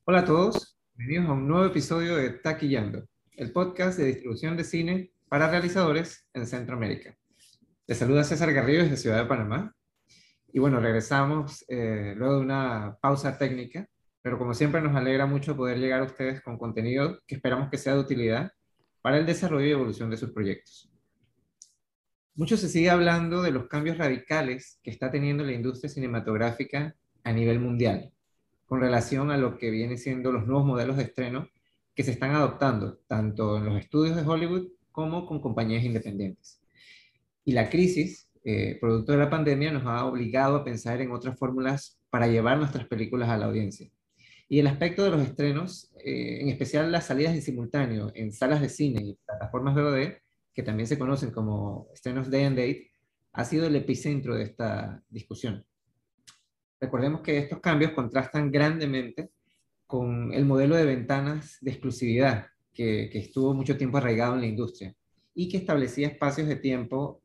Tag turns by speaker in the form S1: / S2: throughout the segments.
S1: Hola a todos, bienvenidos a un nuevo episodio de Taquillando, el podcast de distribución de cine para realizadores en Centroamérica. Les saluda César Garrido desde Ciudad de Panamá. Y bueno, regresamos luego de una pausa técnica, pero como siempre nos alegra mucho poder llegar a ustedes con contenido que esperamos que sea de utilidad para el desarrollo y evolución de sus proyectos. Mucho se sigue hablando de los cambios radicales que está teniendo la industria cinematográfica a nivel mundial con relación a lo que vienen siendo los nuevos modelos de estreno que se están adoptando, tanto en los estudios de Hollywood como con compañías independientes. Y la crisis, producto de la pandemia, nos ha obligado a pensar en otras fórmulas para llevar nuestras películas a la audiencia. Y el aspecto de los estrenos, en especial las salidas en simultáneo en salas de cine y plataformas VOD, que también se conocen como estrenos day and date, ha sido el epicentro de esta discusión. Recordemos que estos cambios contrastan grandemente con el modelo de ventanas de exclusividad que estuvo mucho tiempo arraigado en la industria y que establecía espacios de tiempo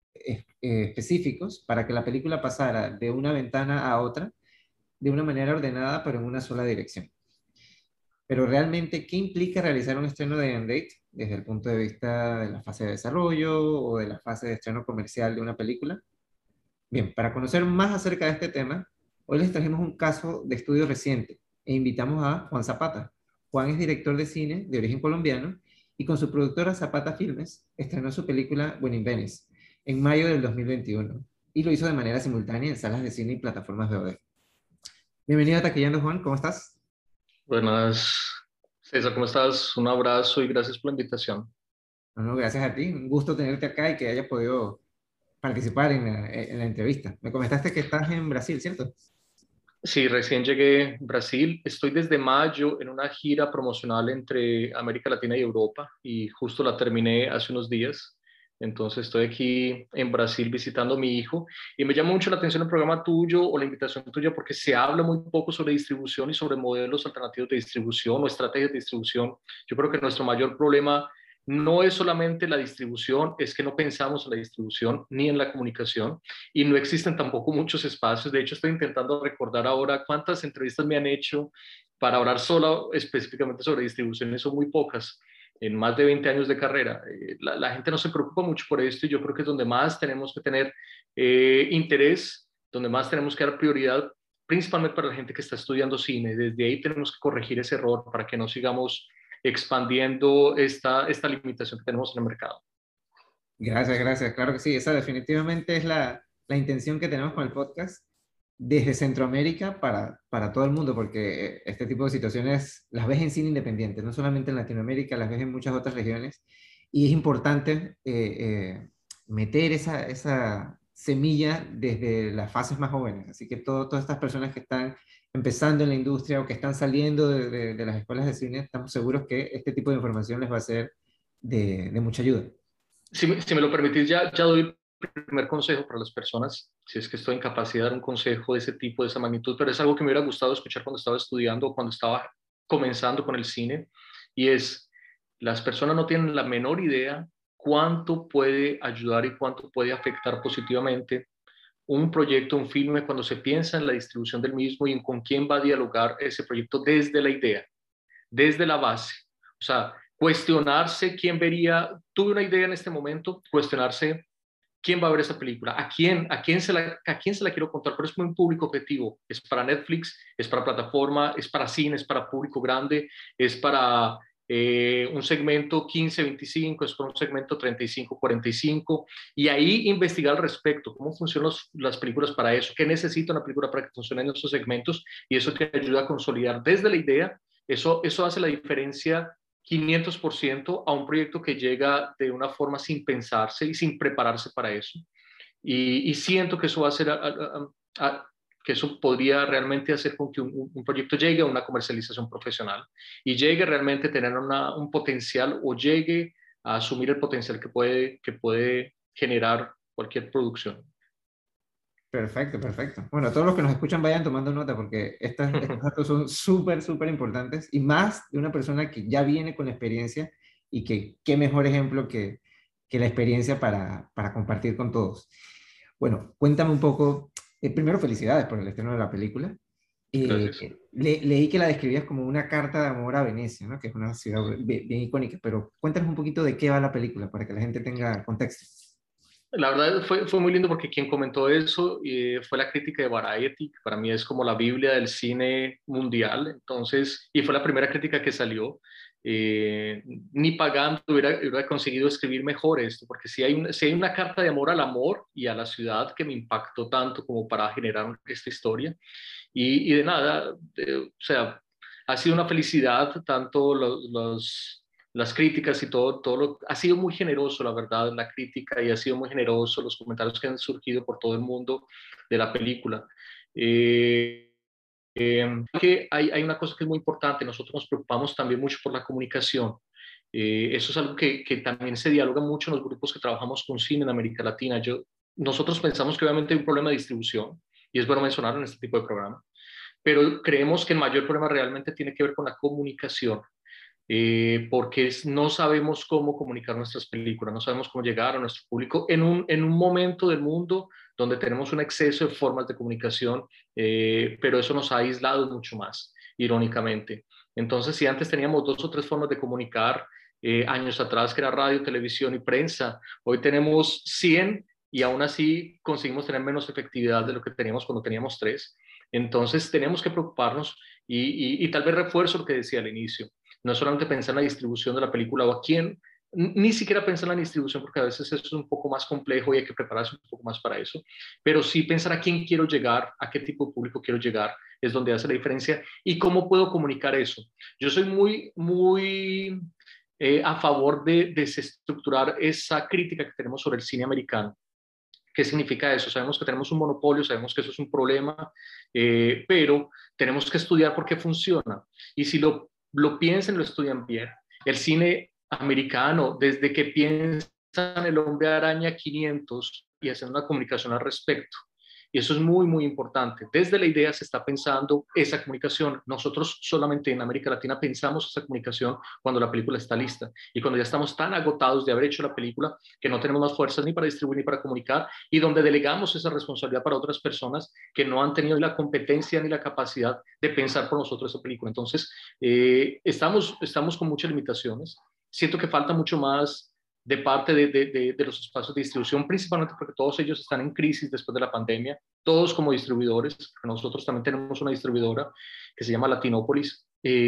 S1: específicos para que la película pasara de una ventana a otra de una manera ordenada, pero en una sola dirección. Pero realmente, ¿qué implica realizar un estreno de date desde el punto de vista de la fase de desarrollo o de la fase de estreno comercial de una película? Bien, para conocer más acerca de este tema, hoy les trajimos un caso de estudio reciente e invitamos a Juan Zapata. Juan es director de cine de origen colombiano y con su productora Zapata Filmes estrenó su película When in Venice en mayo del 2021 y lo hizo de manera simultánea en salas de cine y plataformas de VOD. Bienvenido a Taquillando, Juan, ¿cómo estás?
S2: Buenas, César, ¿cómo estás? Un abrazo y gracias por la invitación.
S1: Bueno, gracias a ti, un gusto tenerte acá y que hayas podido participar en la entrevista. Me comentaste que estás en Brasil, ¿cierto?
S2: Sí, recién llegué a Brasil. Estoy desde mayo en una gira promocional entre América Latina y Europa y justo la terminé hace unos días. Entonces estoy aquí en Brasil visitando a mi hijo y me llama mucho la atención el programa tuyo o la invitación tuya porque se habla muy poco sobre distribución y sobre modelos alternativos de distribución o estrategias de distribución. Yo creo que nuestro mayor problema no es solamente la distribución, es que no pensamos en la distribución ni en la comunicación y no existen tampoco muchos espacios. De hecho, estoy intentando recordar ahora cuántas entrevistas me han hecho para hablar solo específicamente sobre distribuciones, son muy pocas en más de 20 años de carrera. La gente no se preocupa mucho por esto y yo creo que es donde más tenemos que tener interés, donde más tenemos que dar prioridad, principalmente para la gente que está estudiando cine. Desde ahí tenemos que corregir ese error para que no sigamos expandiendo esta limitación que tenemos en el mercado.
S1: Gracias, gracias. Claro que sí, esa definitivamente es la intención que tenemos con el podcast desde Centroamérica para todo el mundo, porque este tipo de situaciones las ves en cine independiente, no solamente en Latinoamérica, las ves en muchas otras regiones, y es importante meter esa semilla desde las fases más jóvenes. Así que todas estas personas que están empezando en la industria o que están saliendo de las escuelas de cine, estamos seguros que este tipo de información les va a ser de mucha ayuda.
S2: Si me lo permitís, ya doy el primer consejo para las personas, si es que estoy en capacidad de dar un consejo de ese tipo, de esa magnitud, pero es algo que me hubiera gustado escuchar cuando estaba estudiando o cuando estaba comenzando con el cine, y es, las personas no tienen la menor idea cuánto puede ayudar y cuánto puede afectar positivamente un proyecto, un filme, cuando se piensa en la distribución del mismo y en con quién va a dialogar ese proyecto desde la idea, desde la base. O sea, cuestionarse quién vería, tuve una idea en este momento, cuestionarse quién va a ver esa película, a quién se la quiero contar, pero es muy público objetivo, es para Netflix, es para plataforma, es para cine, es para público grande, es para un segmento 15-25, es para un segmento 35-45, y ahí investigar al respecto, cómo funcionan las películas para eso, qué necesita una película para que funcione en esos segmentos, y eso te ayuda a consolidar desde la idea, eso hace la diferencia 500% a un proyecto que llega de una forma sin pensarse y sin prepararse para eso. Y siento que eso va a ser, que eso podría realmente hacer con que un proyecto llegue a una comercialización profesional y llegue realmente a tener un potencial o llegue a asumir el potencial que puede generar cualquier producción.
S1: Perfecto, perfecto. Bueno, todos los que nos escuchan vayan tomando nota porque estos datos son súper, súper importantes y más de una persona que ya viene con la experiencia y que qué mejor ejemplo que la experiencia para compartir con todos. Bueno, cuéntame un poco, primero felicidades por el estreno de la película
S2: Gracias.
S1: Leí que la describías como una carta de amor a Venecia, ¿no? Que es una ciudad bien icónica, pero cuéntanos un poquito de qué va la película para que la gente tenga contexto.
S2: La verdad fue muy lindo porque quien comentó eso fue la crítica de Variety, que para mí es como la Biblia del cine mundial, entonces, y fue la primera crítica que salió. Ni pagando hubiera conseguido escribir mejor esto, porque si hay una carta de amor al amor y a la ciudad que me impactó tanto como para generar esta historia. Y de nada, o sea, ha sido una felicidad tanto las críticas y ha sido muy generoso, la verdad, la crítica y ha sido muy generoso los comentarios que han surgido por todo el mundo de la película. Eh, que hay una cosa que es muy importante, nosotros nos preocupamos también mucho por la comunicación. Eso es algo que también se dialoga mucho en los grupos que trabajamos con cine en América Latina. Nosotros pensamos que obviamente hay un problema de distribución, y es bueno mencionarlo en este tipo de programa, pero creemos que el mayor problema realmente tiene que ver con la comunicación, porque no sabemos cómo comunicar nuestras películas, no sabemos cómo llegar a nuestro público en un momento del mundo donde tenemos un exceso de formas de comunicación, pero eso nos ha aislado mucho más, irónicamente. Entonces, si antes teníamos dos o tres formas de comunicar, años atrás, que era radio, televisión y prensa, hoy tenemos 100 y aún así conseguimos tener menos efectividad de lo que teníamos cuando teníamos tres. Entonces, tenemos que preocuparnos y tal vez refuerzo lo que decía al inicio, no solamente pensar en la distribución de la película o a quién, ni siquiera pensar en la distribución, porque a veces eso es un poco más complejo y hay que prepararse un poco más para eso, pero sí pensar a quién quiero llegar, a qué tipo de público quiero llegar, es donde hace la diferencia y cómo puedo comunicar eso. Yo soy muy a favor de desestructurar esa crítica que tenemos sobre el cine americano. ¿Qué significa eso? Sabemos que tenemos un monopolio, sabemos que eso es un problema, pero tenemos que estudiar por qué funciona. Y si lo piensan y lo estudian bien, el cine americano, desde que piensan el hombre araña 500 y hacen una comunicación al respecto, y eso es muy importante. Desde la idea se está pensando esa comunicación. Nosotros solamente en América Latina pensamos esa comunicación cuando la película está lista y cuando ya estamos tan agotados de haber hecho la película que no tenemos más fuerzas ni para distribuir ni para comunicar, y donde delegamos esa responsabilidad para otras personas que no han tenido la competencia ni la capacidad de pensar por nosotros esa película. Entonces, estamos con muchas limitaciones. Siento que falta mucho más de parte de los espacios de distribución, principalmente porque todos ellos están en crisis después de la pandemia, todos como distribuidores, porque nosotros también tenemos una distribuidora que se llama Latinopolis.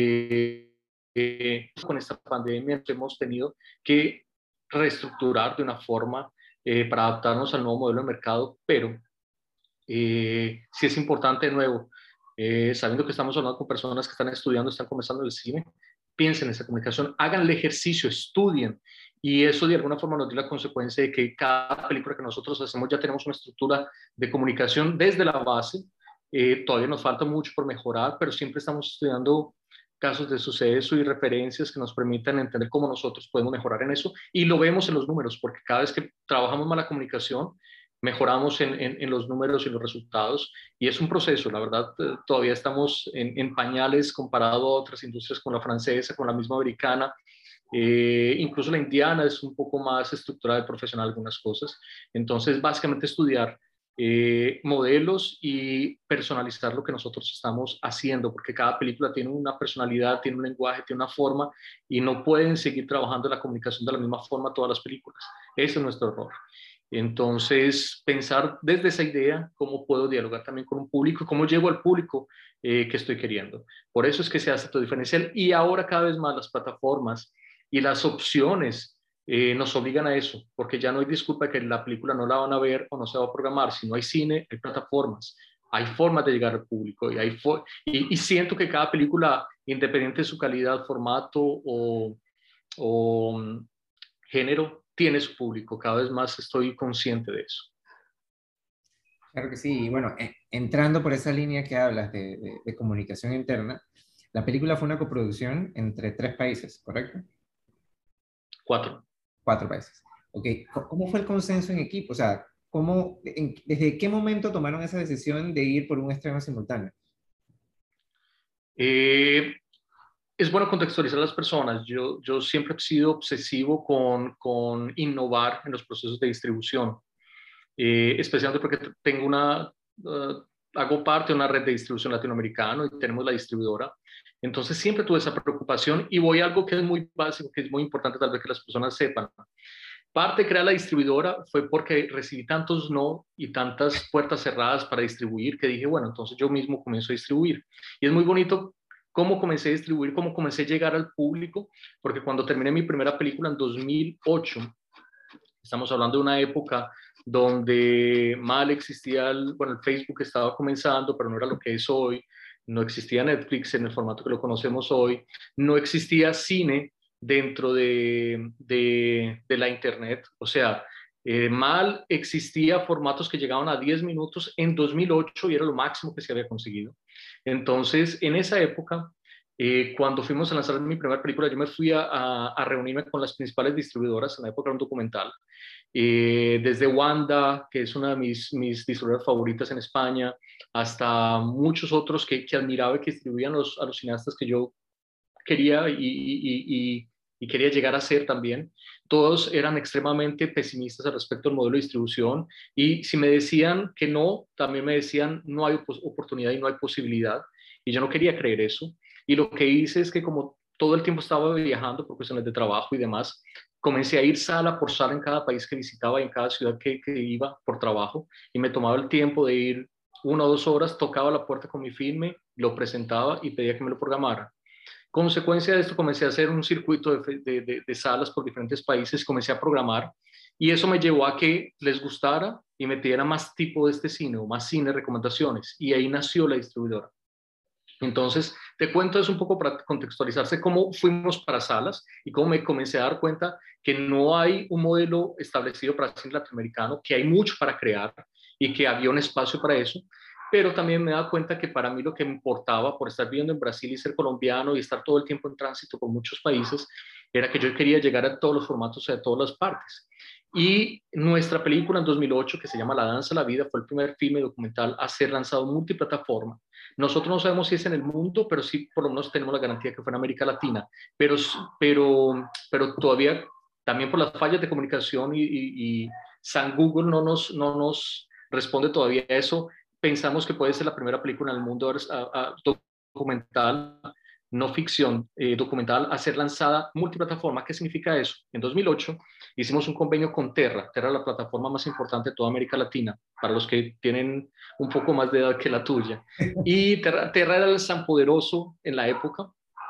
S2: Con esta pandemia hemos tenido que reestructurar de una forma para adaptarnos al nuevo modelo de mercado, pero sí es importante de nuevo, sabiendo que estamos hablando con personas que están estudiando, están comenzando el cine, piensen en esa comunicación, hagan el ejercicio, estudien, y eso de alguna forma nos dio la consecuencia de que cada película que nosotros hacemos ya tenemos una estructura de comunicación desde la base. Todavía nos falta mucho por mejorar, pero siempre estamos estudiando casos de suceso y referencias que nos permitan entender cómo nosotros podemos mejorar en eso, y lo vemos en los números, porque cada vez que trabajamos más la comunicación, mejoramos en los números y los resultados, y es un proceso, la verdad, todavía estamos en pañales comparado a otras industrias como la francesa, con la misma americana, incluso la indiana es un poco más estructurada y profesional algunas cosas. Entonces, básicamente estudiar modelos y personalizar lo que nosotros estamos haciendo, porque cada película tiene una personalidad, tiene un lenguaje, tiene una forma, y no pueden seguir trabajando la comunicación de la misma forma todas las películas. Ese es nuestro error. Entonces, pensar desde esa idea cómo puedo dialogar también con un público, cómo llego al público que estoy queriendo. Por eso es que se hace todo diferencial, y ahora cada vez más las plataformas y las opciones nos obligan a eso, porque ya no hay disculpa que la película no la van a ver o no se va a programar. Si no hay cine, hay plataformas, hay formas de llegar al público, y siento que cada película, independiente de su calidad, formato o género, tiene su público. Cada vez más estoy consciente de eso.
S1: Claro que sí, y bueno, entrando por esa línea que hablas de comunicación interna, la película fue una coproducción entre tres países, ¿correcto?
S2: 4.
S1: Cuatro países. Ok, ¿cómo fue el consenso en equipo? O sea, ¿desde qué momento tomaron esa decisión de ir por un estreno simultáneo?
S2: Es bueno contextualizar a las personas. Yo siempre he sido obsesivo con innovar en los procesos de distribución, especialmente porque tengo hago parte de una red de distribución latinoamericana y tenemos la distribuidora. Entonces siempre tuve esa preocupación y voy a algo que es muy básico, que es muy importante tal vez que las personas sepan. Parte de crear la distribuidora fue porque recibí tantos no y tantas puertas cerradas para distribuir que dije, bueno, entonces yo mismo comienzo a distribuir. Y es muy bonito cómo comencé a distribuir, cómo comencé a llegar al público, porque cuando terminé mi primera película en 2008, estamos hablando de una época donde mal existía, bueno, el Facebook estaba comenzando, pero no era lo que es hoy, no existía Netflix en el formato que lo conocemos hoy, no existía cine dentro de la Internet, o sea, mal existía formatos que llegaban a 10 minutos en 2008 y era lo máximo que se había conseguido. Entonces, en esa época, cuando fuimos a lanzar mi primera película, yo me fui a reunirme con las principales distribuidoras, en la época era un documental, desde Wanda, que es una de mis distribuidoras favoritas en España, hasta muchos otros que admiraba y que distribuían a los cineastas que yo quería y quería llegar a ser también. Todos eran extremadamente pesimistas al respecto del modelo de distribución y si me decían que no, también me decían no hay oportunidad y no hay posibilidad. Y yo no quería creer eso. Y lo que hice es que como todo el tiempo estaba viajando por cuestiones de trabajo y demás, comencé a ir sala por sala en cada país que visitaba y en cada ciudad que iba por trabajo y me tomaba el tiempo de ir 1 o 2 horas, tocaba la puerta con mi filme, lo presentaba y pedía que me lo programaran. Consecuencia de esto, comencé a hacer un circuito de salas por diferentes países, comencé a programar y eso me llevó a que les gustara y me pidiera más tipo de este cine o más cine recomendaciones y ahí nació la distribuidora. Entonces, te cuento eso un poco para contextualizarse cómo fuimos para salas y cómo me comencé a dar cuenta que no hay un modelo establecido para el cine latinoamericano, que hay mucho para crear y que había un espacio para eso, pero también me da cuenta que para mí lo que me importaba por estar viviendo en Brasil y ser colombiano y estar todo el tiempo en tránsito por muchos países, era que yo quería llegar a todos los formatos y a todas las partes. Y nuestra película en 2008, que se llama La Danza de la Vida, fue el primer filme documental a ser lanzado en multiplataforma. Nosotros no sabemos si es en el mundo, pero sí por lo menos tenemos la garantía que fue en América Latina. Pero todavía, también por las fallas de comunicación y San Google no nos responde todavía a eso, pensamos que puede ser la primera película en el mundo documental, no ficción, documental, a ser lanzada multiplataforma. ¿Qué significa eso? En 2008 hicimos un convenio con Terra. Terra es la plataforma más importante de toda América Latina, para los que tienen un poco más de edad que la tuya. Y Terra era el San Poderoso en la época.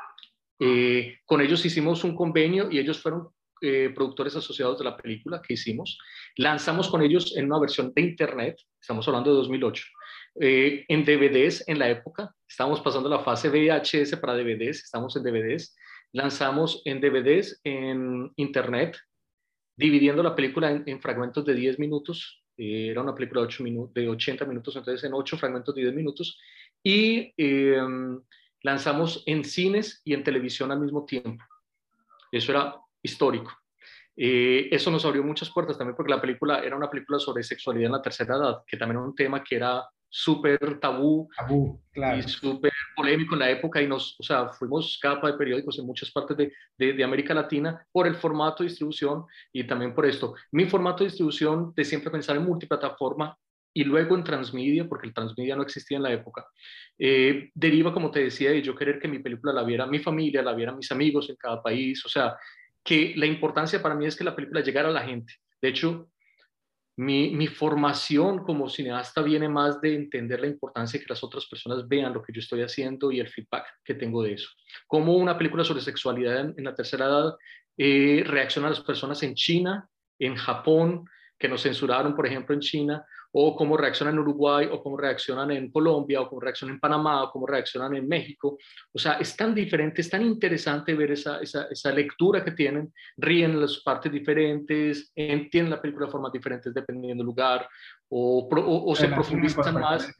S2: Con ellos hicimos un convenio y ellos fueron productores asociados de la película que hicimos. Lanzamos con ellos en una versión de internet, estamos hablando de 2008, en DVDs en la época, estábamos pasando la fase VHS para DVDs, estamos en DVDs, lanzamos en DVDs en internet, dividiendo la película en fragmentos de 10 minutos, era una película de, 80 minutos, entonces en 8 fragmentos de 10 minutos, y lanzamos en cines y en televisión al mismo tiempo. Eso era histórico. Eso nos abrió muchas puertas también porque la película era una película sobre sexualidad en la tercera edad, que también era un tema que era súper tabú y
S1: Claro.
S2: súper polémico en la época y o sea, fuimos capa de periódicos en muchas partes de América Latina por el formato de distribución y también por esto. Mi formato de distribución de siempre pensar en multiplataforma y luego en transmedia, porque el transmedia no existía en la época, deriva, como te decía, de yo querer que mi película la viera mi familia, la vieran mis amigos en cada país, o sea, que la importancia para mí es que la película llegara a la gente. De hecho, mi formación como cineasta viene más de entender la importancia de que las otras personas vean lo que yo estoy haciendo y el feedback que tengo de eso. Como una película sobre sexualidad en la tercera edad reacciona a las personas en China, en Japón, que nos censuraron, por ejemplo, en China, o cómo reaccionan en Uruguay, o cómo reaccionan en Colombia, o cómo reaccionan en Panamá, o cómo reaccionan en México. O sea, es tan diferente, es tan interesante ver esa lectura que tienen, ríen las partes diferentes, entienden la película de formas diferentes dependiendo del lugar, o se profundizan más.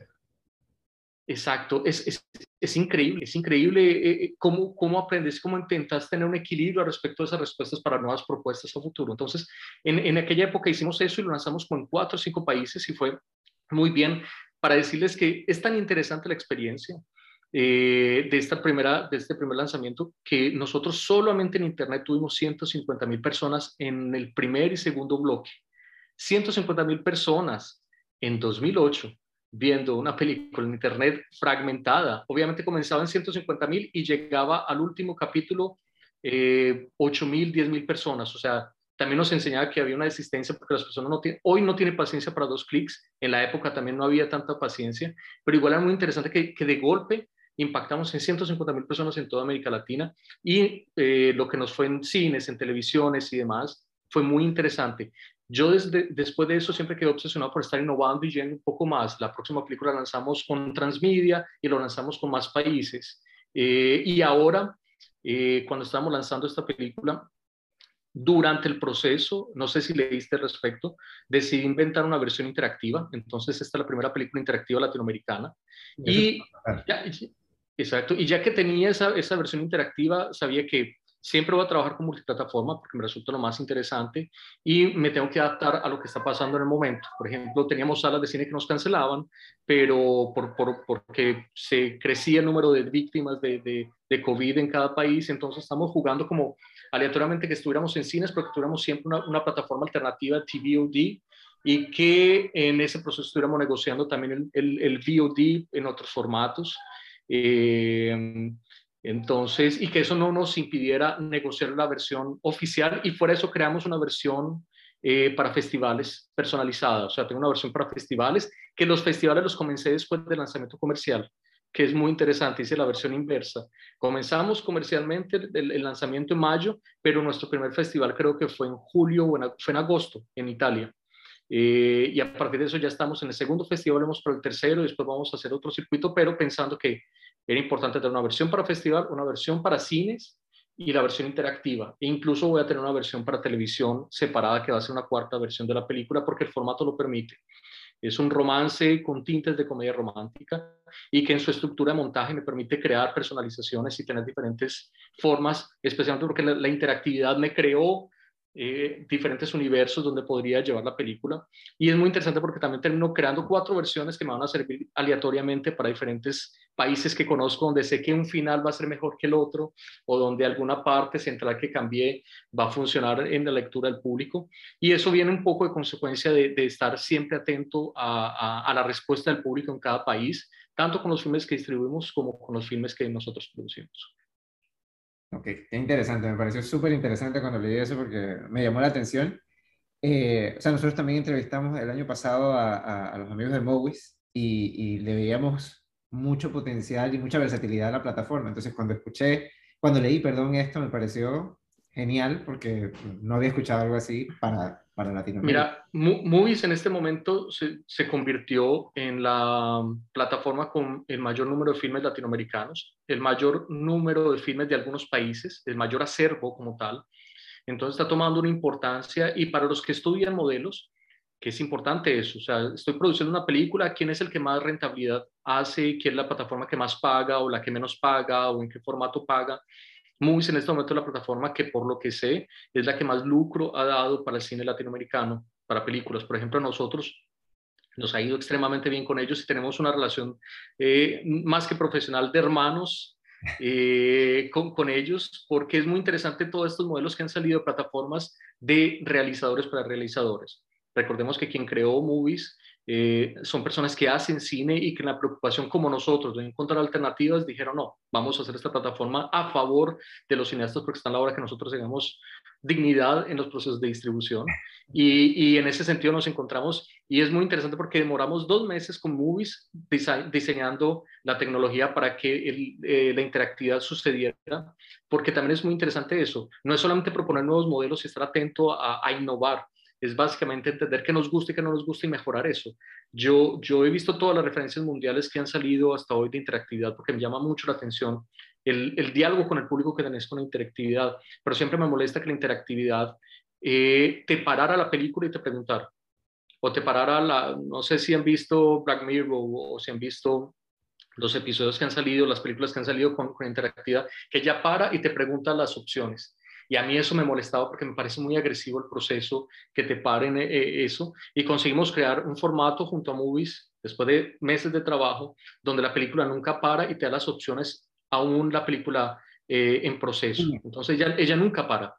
S2: Exacto, es increíble cómo aprendes, cómo intentas tener un equilibrio respecto a esas respuestas para nuevas propuestas a futuro. Entonces, en aquella época hicimos eso y lo lanzamos con 4 o 5 países y fue muy bien para decirles que es tan interesante la experiencia de este primer lanzamiento que nosotros solamente en Internet tuvimos 150,000 personas en el primer y segundo bloque. 150,000 personas en 2008. viendo una película en internet fragmentada. Obviamente comenzaba en 150.000 y llegaba al último capítulo 8.000, 10.000 personas. O sea, también nos enseñaba que había una desistencia porque las personas hoy no tienen paciencia para 2 clics. En la época también no había tanta paciencia, pero igual era muy interesante que de golpe impactamos en 150.000 personas en toda América Latina y lo que nos fue en cines, en televisiones y demás, fue muy interesante. Yo después de eso siempre quedé obsesionado por estar innovando y yendo un poco más. La próxima película la lanzamos con Transmedia y lo lanzamos con más países. Y ahora, cuando estábamos lanzando esta película, durante el proceso, no sé si leíste al respecto, decidí inventar una versión interactiva. Entonces, esta es la primera película interactiva latinoamericana.
S1: Eso es
S2: Y ya, exacto, y ya que tenía esa versión interactiva, sabía que siempre voy a trabajar con multiplataforma porque me resulta lo más interesante y me tengo que adaptar a lo que está pasando en el momento. Por ejemplo, teníamos salas de cine que nos cancelaban, pero porque se crecía el número de víctimas de COVID en cada país, entonces estamos jugando como aleatoriamente que estuviéramos en cines, pero que tuviéramos siempre una plataforma alternativa, TVOD, y que en ese proceso estuviéramos negociando también el VOD en otros formatos. Entonces, y que eso no nos impidiera negociar la versión oficial y fuera eso creamos una versión para festivales personalizada. O sea, tengo una versión para festivales, que los festivales los comencé después del lanzamiento comercial, que es muy interesante, hice la versión inversa. Comenzamos comercialmente el lanzamiento en mayo, pero nuestro primer festival creo que fue en julio, fue en agosto, en Italia. Y a partir de eso ya estamos en el segundo festival, vamos por el tercero y después vamos a hacer otro circuito, pero pensando que era importante tener una versión para festival, una versión para cines y la versión interactiva. E incluso voy a tener una versión para televisión separada que va a ser una cuarta versión de la película porque el formato lo permite. Es un romance con tintes de comedia romántica y que en su estructura de montaje me permite crear personalizaciones y tener diferentes formas, especialmente porque la interactividad me creó diferentes universos donde podría llevar la película. Y es muy interesante porque también termino creando 4 versiones que me van a servir aleatoriamente para diferentes países que conozco, donde sé que un final va a ser mejor que el otro o donde alguna parte central que cambié va a funcionar en la lectura del público. Y eso viene un poco de consecuencia de estar siempre atento a la respuesta del público en cada país, tanto con los filmes que distribuimos como con los filmes que nosotros producimos.
S1: Ok, qué interesante, me pareció súper interesante cuando leí eso porque me llamó la atención. O sea, nosotros también entrevistamos el año pasado a los amigos de Movies y le veíamos mucho potencial y mucha versatilidad a la plataforma. Entonces, cuando leí, perdón, esto me pareció genial porque no había escuchado algo así para Latinoamérica.
S2: Mira, Movies en este momento se convirtió en la plataforma con el mayor número de filmes latinoamericanos, el mayor número de filmes de algunos países, el mayor acervo como tal. Entonces está tomando una importancia y para los que estudian modelos, que es importante eso, o sea, estoy produciendo una película, ¿quién es el que más rentabilidad hace? ¿Quién es la plataforma que más paga o la que menos paga o en qué formato paga? Movies en este momento es la plataforma que por lo que sé es la que más lucro ha dado para el cine latinoamericano, para películas. Por ejemplo, a nosotros nos ha ido extremadamente bien con ellos y tenemos una relación más que profesional de hermanos con ellos, porque es muy interesante todos estos modelos que han salido de plataformas de realizadores para realizadores. Recordemos que quien creó Movies son personas que hacen cine y que en la preocupación como nosotros de encontrar alternativas dijeron no, vamos a hacer esta plataforma a favor de los cineastas porque está en la hora que nosotros tengamos dignidad en los procesos de distribución y en ese sentido nos encontramos y es muy interesante porque demoramos 2 meses con Movies diseñando la tecnología para que la interactividad sucediera, porque también es muy interesante eso. No es solamente proponer nuevos modelos y estar atento a innovar, es básicamente entender qué nos gusta y qué no nos gusta y mejorar eso. Yo he visto todas las referencias mundiales que han salido hasta hoy de interactividad porque me llama mucho la atención el diálogo con el público que tenés con la interactividad, pero siempre me molesta que la interactividad te parara la película y te preguntara, o te parara no sé si han visto Black Mirror o si han visto los episodios que han salido, las películas que han salido con interactividad, que ella para y te pregunta las opciones. Y a mí eso me molestaba porque me parece muy agresivo el proceso que te paren eso. Y conseguimos crear un formato junto a Movies, después de meses de trabajo, donde la película nunca para y te da las opciones, aún la película en proceso. Entonces ella nunca para.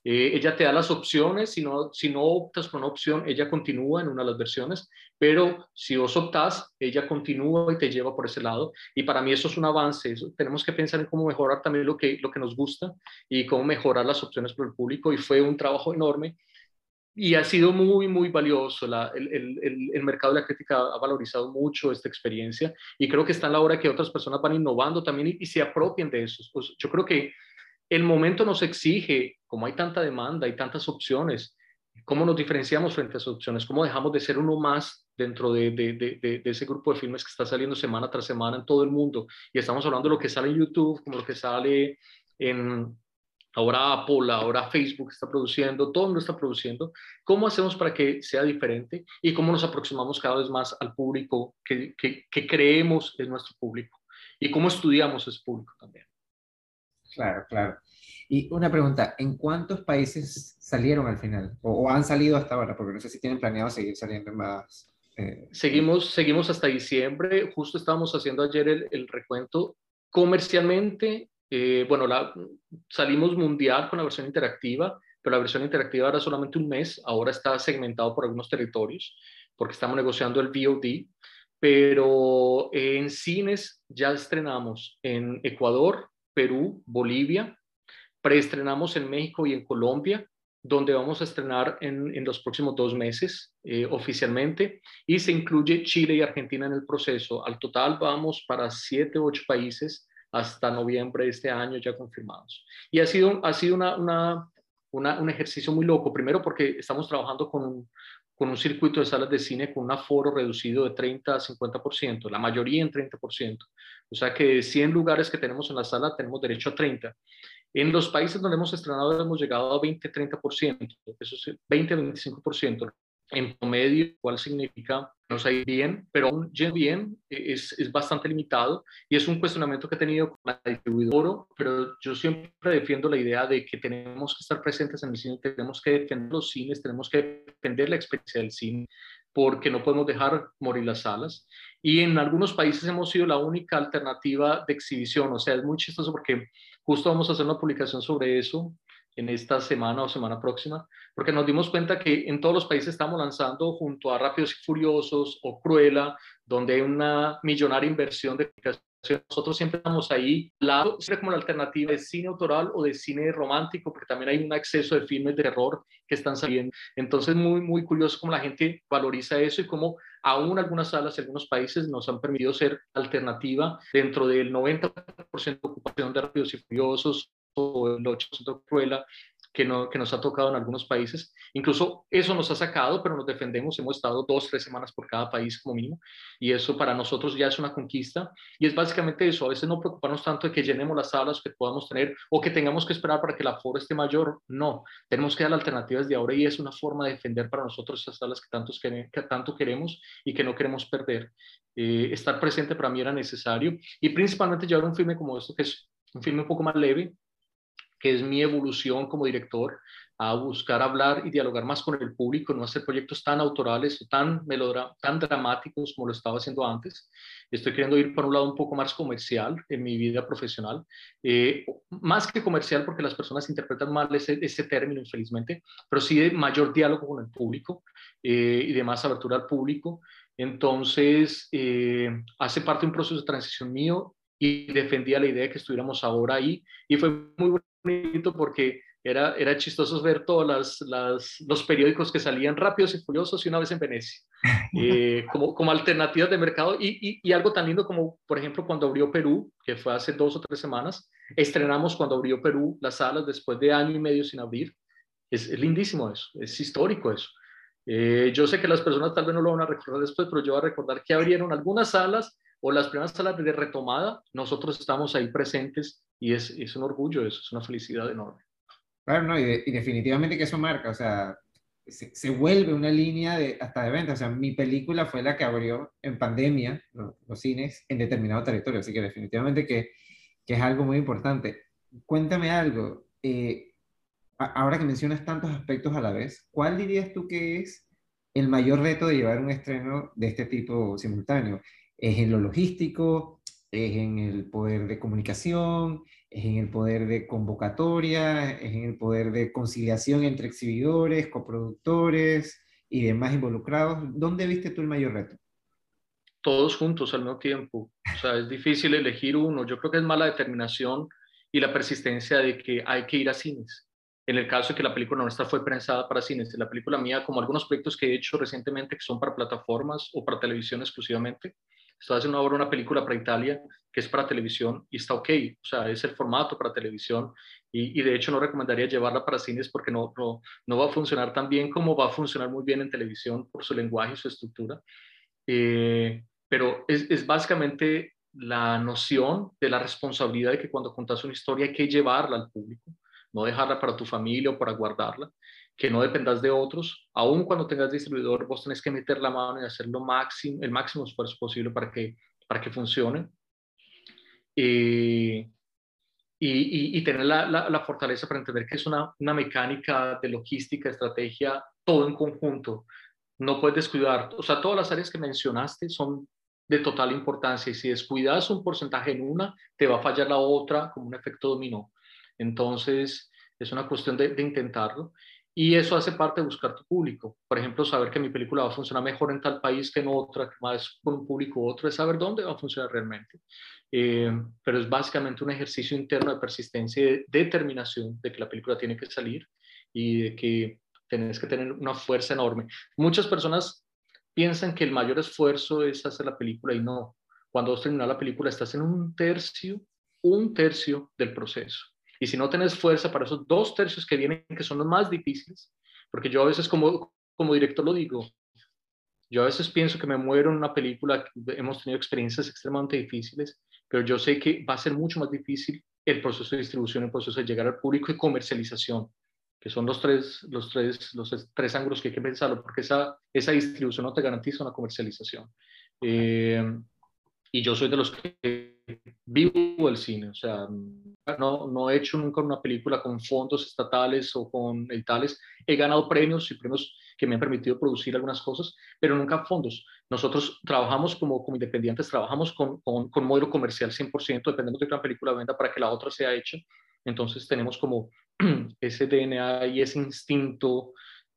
S2: Ella te da las opciones, si no optas por una opción, ella continúa en una de las versiones, pero si vos optás, ella continúa y te lleva por ese lado. Y para mí eso es un avance. Tenemos que pensar en cómo mejorar también lo que nos gusta y cómo mejorar las opciones para el público. Y fue un trabajo enorme y ha sido muy, muy valioso. El mercado de la crítica ha valorizado mucho esta experiencia y creo que está en la hora que otras personas van innovando también y se apropien de eso. Pues yo creo que el momento nos exige, como hay tanta demanda, hay tantas opciones, cómo nos diferenciamos frente a esas opciones, cómo dejamos de ser uno más dentro de ese grupo de filmes que está saliendo semana tras semana en todo el mundo. Y estamos hablando de lo que sale en YouTube, como lo que sale en... Ahora Apple, ahora Facebook está produciendo, todo el mundo está produciendo. ¿Cómo hacemos para que sea diferente? Y cómo nos aproximamos cada vez más al público que creemos es nuestro público. Y cómo estudiamos ese público también.
S1: Claro, claro. Y una pregunta, ¿en cuántos países salieron al final? O han salido hasta ahora? Porque no sé si tienen planeado seguir saliendo en más.
S2: Seguimos hasta diciembre. Justo estábamos haciendo ayer el recuento. Comercialmente, bueno, salimos mundial con la versión interactiva, pero la versión interactiva era solamente un mes. Ahora está segmentado por algunos territorios porque estamos negociando el VOD. Pero en cines ya estrenamos en Ecuador, Perú, Bolivia. Preestrenamos en México y en Colombia, donde vamos a estrenar en los próximos 2 meses oficialmente, y se incluye Chile y Argentina en el proceso. Al total vamos para 7 u 8 países hasta noviembre de este año ya confirmados. Y ha sido un ejercicio muy loco, primero porque estamos trabajando con un circuito de salas de cine con un aforo reducido de 30 a 50%, la mayoría en 30%. O sea que de 100 lugares que tenemos en la sala tenemos derecho a 30. En los países donde hemos estrenado hemos llegado a 20-30%, eso es 20-25% en promedio, cual significa que nos ha ido bien, pero aún bien es bastante limitado y es un cuestionamiento que he tenido con la distribuidora, pero yo siempre defiendo la idea de que tenemos que estar presentes en el cine, tenemos que defender los cines, tenemos que defender la experiencia del cine, porque no podemos dejar morir las salas. Y en algunos países hemos sido la única alternativa de exhibición, o sea, es muy chistoso porque justo vamos a hacer una publicación sobre eso en esta semana o semana próxima, porque nos dimos cuenta que en todos los países estamos lanzando junto a Rápidos y Furiosos o Cruella, donde hay una millonaria inversión de comunicación. Nosotros siempre estamos ahí, al lado, siempre como la alternativa de cine autoral o de cine romántico, porque también hay un acceso de filmes de terror que están saliendo. Entonces, muy, muy curioso cómo la gente valoriza eso y cómo aún algunas salas en algunos países nos han permitido ser alternativa dentro del 90% de ocupación de Rápidos y Furiosos o el 8% de Cruella que nos ha tocado en algunos países. Incluso eso nos ha sacado, pero nos defendemos. Hemos estado 2, 3 semanas por cada país como mínimo y eso para nosotros ya es una conquista y es básicamente eso. A veces no preocuparnos tanto de que llenemos las salas que podamos tener o que tengamos que esperar para que el aforo esté mayor. No, tenemos que dar alternativas de ahora y es una forma de defender para nosotros esas salas que tanto queremos y que no queremos perder. Estar presente para mí era necesario y principalmente llevar un filme como esto, que es un filme un poco más leve, que es mi evolución como director, a buscar hablar y dialogar más con el público, no hacer proyectos tan autorales o tan dramáticos como lo estaba haciendo antes. Estoy queriendo ir por un lado un poco más comercial en mi vida profesional, más que comercial porque las personas interpretan mal ese término, infelizmente, pero sí de mayor diálogo con el público y de más abertura al público. Entonces, hace parte de un proceso de transición mío y defendía la idea de que estuviéramos ahora ahí y fue muy bonito porque era chistoso ver todos los periódicos que salían Rápidos y Furiosos y Una vez en Venecia, como alternativas de mercado y algo tan lindo como, por ejemplo, cuando abrió Perú, que fue hace 2 o 3 semanas, estrenamos cuando abrió Perú las salas después de año y medio sin abrir. Es lindísimo eso, es histórico eso. Yo sé que las personas tal vez no lo van a recordar después, pero yo voy a recordar que abrieron algunas salas o las primeras salas de retomada, nosotros estamos ahí presentes y es un orgullo, eso es una felicidad enorme.
S1: Claro, no, y definitivamente que eso marca, o sea, se vuelve una línea hasta de venta. O sea, mi película fue la que abrió en pandemia los cines en determinado territorio, así que definitivamente que es algo muy importante. Cuéntame algo, ahora que mencionas tantos aspectos a la vez, ¿cuál dirías tú que es el mayor reto de llevar un estreno de este tipo simultáneo? ¿Es en lo logístico? ¿Es en el poder de comunicación? ¿Es en el poder de convocatoria? ¿Es en el poder de conciliación entre exhibidores, coproductores y demás involucrados? ¿Dónde viste tú el mayor reto?
S2: Todos juntos al mismo tiempo. O sea, es difícil elegir uno. Yo creo que es más la determinación y la persistencia de que hay que ir a cines. En el caso de que la película nuestra fue pensada para cines, en la película mía, como algunos proyectos que he hecho recientemente que son para plataformas o para televisión exclusivamente, estoy haciendo ahora una película para Italia que es para televisión y está ok, o sea, es el formato para televisión y de hecho no recomendaría llevarla para cines porque no va a funcionar tan bien como va a funcionar muy bien en televisión por su lenguaje y su estructura. Pero es básicamente la noción de la responsabilidad de que cuando contas una historia hay que llevarla al público, no dejarla para tu familia o para guardarla, que no dependas de otros, aun cuando tengas distribuidor, vos tenés que meter la mano y hacer el máximo esfuerzo posible para que funcione. Eh, y tener la fortaleza para entender que es una mecánica de logística, estrategia, todo en conjunto. No puedes descuidar, o sea, todas las áreas que mencionaste son de total importancia y si descuidas un porcentaje en una, te va a fallar la otra como un efecto dominó. Entonces, es una cuestión de intentarlo y eso hace parte de buscar tu público. Por ejemplo, saber que mi película va a funcionar mejor en tal país que en otra, que más con un público u otro, es saber dónde va a funcionar realmente. Pero es básicamente un ejercicio interno de persistencia y de determinación de que la película tiene que salir y de que tenés que tener una fuerza enorme. Muchas personas piensan que el mayor esfuerzo es hacer la película y no. Cuando vos terminas la película estás en un tercio del proceso. Y si no tenés fuerza para esos dos tercios que vienen, que son los más difíciles, porque yo a veces como director lo digo, yo a veces pienso que me muero en una película, hemos tenido experiencias extremadamente difíciles, pero yo sé que va a ser mucho más difícil el proceso de distribución, el proceso de llegar al público y comercialización, que son los tres ángulos que hay que pensarlo, porque esa distribución no te garantiza una comercialización. Eh, y yo soy de los que vivo el cine, o sea, no he hecho nunca una película con fondos estatales o con editales, he ganado premios y premios que me han permitido producir algunas cosas, pero nunca fondos. Nosotros trabajamos como independientes, trabajamos con modelo comercial 100%, dependemos de que una película venda para que la otra sea hecha, entonces tenemos como ese DNA y ese instinto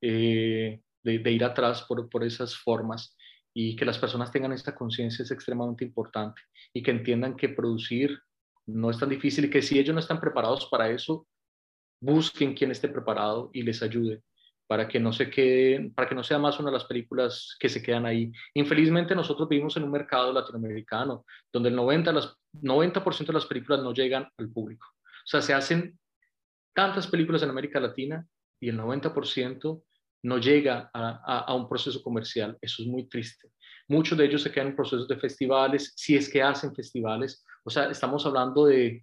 S2: de ir atrás por esas formas y que las personas tengan esta conciencia es extremadamente importante y que entiendan que producir no es tan difícil y que si ellos no están preparados para eso, busquen quien esté preparado y les ayude para que no se queden, para que no sea más una de las películas que se quedan ahí. Infelizmente nosotros vivimos en un mercado latinoamericano donde el 90% de las películas no llegan al público. O sea, se hacen tantas películas en América Latina y el 90% no llega a un proceso comercial. Eso es muy triste. Muchos de ellos se quedan en procesos de festivales, si es que hacen festivales. O sea, estamos hablando de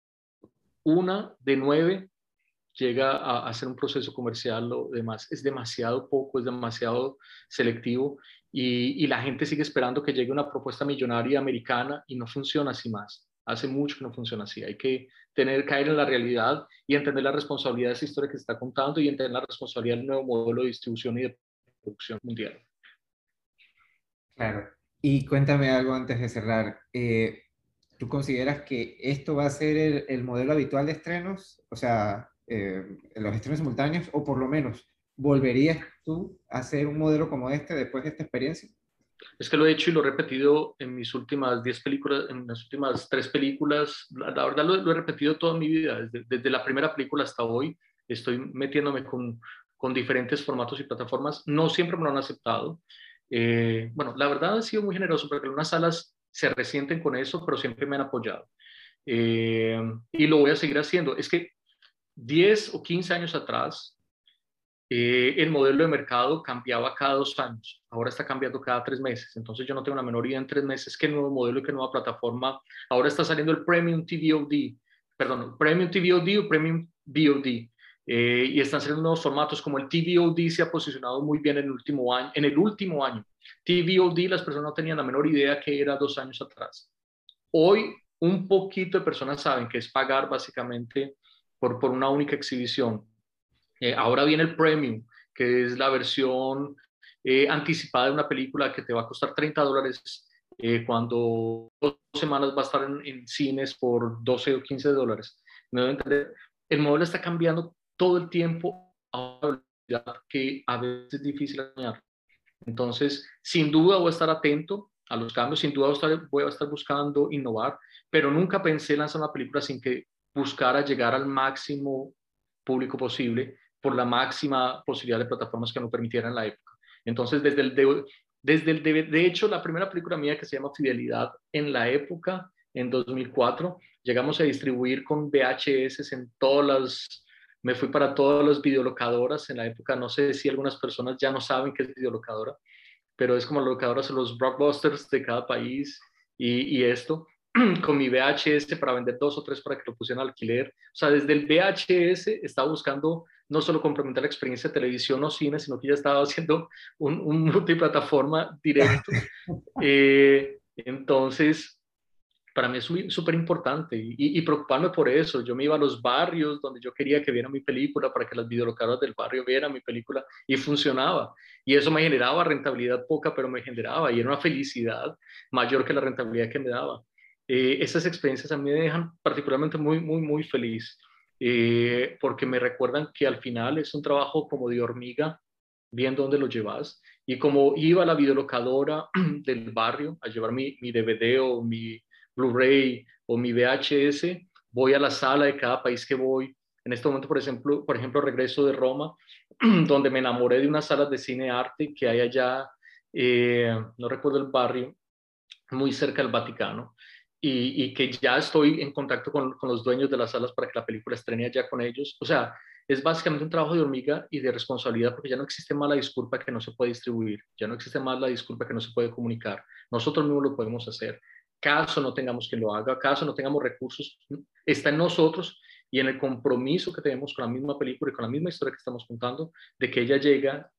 S2: una de 9 llega a hacer un proceso comercial o demás. Es demasiado poco, es demasiado selectivo y la gente sigue esperando que llegue una propuesta millonaria americana y no funciona así más. Hace mucho que no funciona así. Hay que caer en la realidad y entender la responsabilidad de esa historia que se está contando y entender la responsabilidad del nuevo modelo de distribución y de producción mundial.
S1: Claro. Y cuéntame algo antes de cerrar. ¿Tú consideras que esto va a ser el modelo habitual de estrenos? O sea, los estrenos simultáneos, o por lo menos, ¿volverías tú a hacer un modelo como este después de esta experiencia?
S2: Es que lo he hecho y lo he repetido en mis últimas 10 películas, en las últimas 3 películas. La verdad lo he repetido toda mi vida, desde la primera película hasta hoy. Estoy metiéndome con diferentes formatos y plataformas. No siempre me lo han aceptado. Bueno, la verdad ha sido muy generoso porque algunas salas se resienten con eso, pero siempre me han apoyado. Y lo voy a seguir haciendo. Es que 10 o 15 años atrás, el modelo de mercado cambiaba cada 2 años, ahora está cambiando cada 3 meses, entonces yo no tengo la menor idea en 3 meses qué nuevo modelo y qué nueva plataforma. Ahora está saliendo el Premium TVOD, perdón, Premium TVOD o Premium VOD, y están saliendo nuevos formatos como el TVOD se ha posicionado muy bien en el último año. TVOD las personas no tenían la menor idea que era 2 años atrás. Hoy un poquito de personas saben que es pagar básicamente por una única exhibición. Ahora viene el Premium, que es la versión anticipada de una película que te va a costar $30 cuando 2 semanas va a estar en cines por 12 o 15 dólares. Me debo entender, el modelo está cambiando todo el tiempo a una velocidad que a veces es difícil acompañar. Entonces, sin duda voy a estar atento a los cambios, sin duda voy a estar buscando innovar, pero nunca pensé lanzar una película sin que buscara llegar al máximo público posible por la máxima posibilidad de plataformas que nos permitieran en la época. Entonces, de hecho, la primera película mía que se llama Fidelidad en la época, en 2004, llegamos a distribuir con VHS en todas las... Me fui para todas las videolocadoras en la época, no sé si algunas personas ya no saben qué es videolocadora, pero es como locadoras en los blockbusters de cada país y esto, con mi VHS para vender 2 o 3 para que lo pusieran al alquiler. O sea, desde el VHS estaba buscando no solo complementar la experiencia de televisión o cine, sino que ya estaba haciendo un multiplataforma directo. Entonces, para mí es súper importante y preocuparme por eso. Yo me iba a los barrios donde yo quería que vieran mi película para que las videolocadoras del barrio vieran mi película y funcionaba. Y eso me generaba rentabilidad poca, pero me generaba y era una felicidad mayor que la rentabilidad que me daba. Esas experiencias a mí me dejan particularmente muy feliz porque me recuerdan que al final es un trabajo como de hormiga, viendo dónde lo llevas. Y como iba a la videolocadora del barrio a llevar mi DVD o mi Blu-ray o mi VHS, voy a la sala de cada país que voy. En este momento, por ejemplo, regreso de Roma, donde me enamoré de unas salas de cine arte que hay allá, no recuerdo el barrio, muy cerca del Vaticano, y que ya estoy en contacto con los dueños de las salas para que la película estrene allá con ellos. O sea, es básicamente un trabajo de hormiga y de responsabilidad porque ya no existe más la disculpa que no se puede distribuir, ya no existe más la disculpa que no se puede comunicar. Nosotros mismos lo podemos hacer. Caso no tengamos quien lo haga, caso no tengamos recursos, está en nosotros y en el compromiso que tenemos con la misma película y con la misma historia que estamos contando, de que ella llega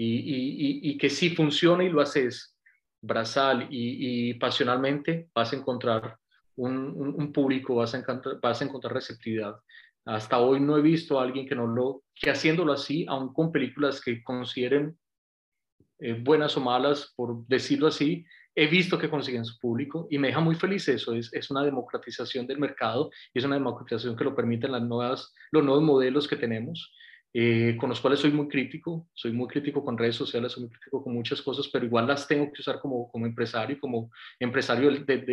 S2: y que si funciona y lo haces brazal y pasionalmente, vas a encontrar un público, vas a encontrar receptividad. Hasta hoy no he visto a alguien que haciéndolo así, aun con películas que consideren buenas o malas, por decirlo así, he visto que consiguen su público y me deja muy feliz eso. Es una democratización del mercado y es una democratización que lo permiten los nuevos modelos que tenemos, con los cuales soy muy crítico con redes sociales, soy muy crítico con muchas cosas, pero igual las tengo que usar como empresario, como empresario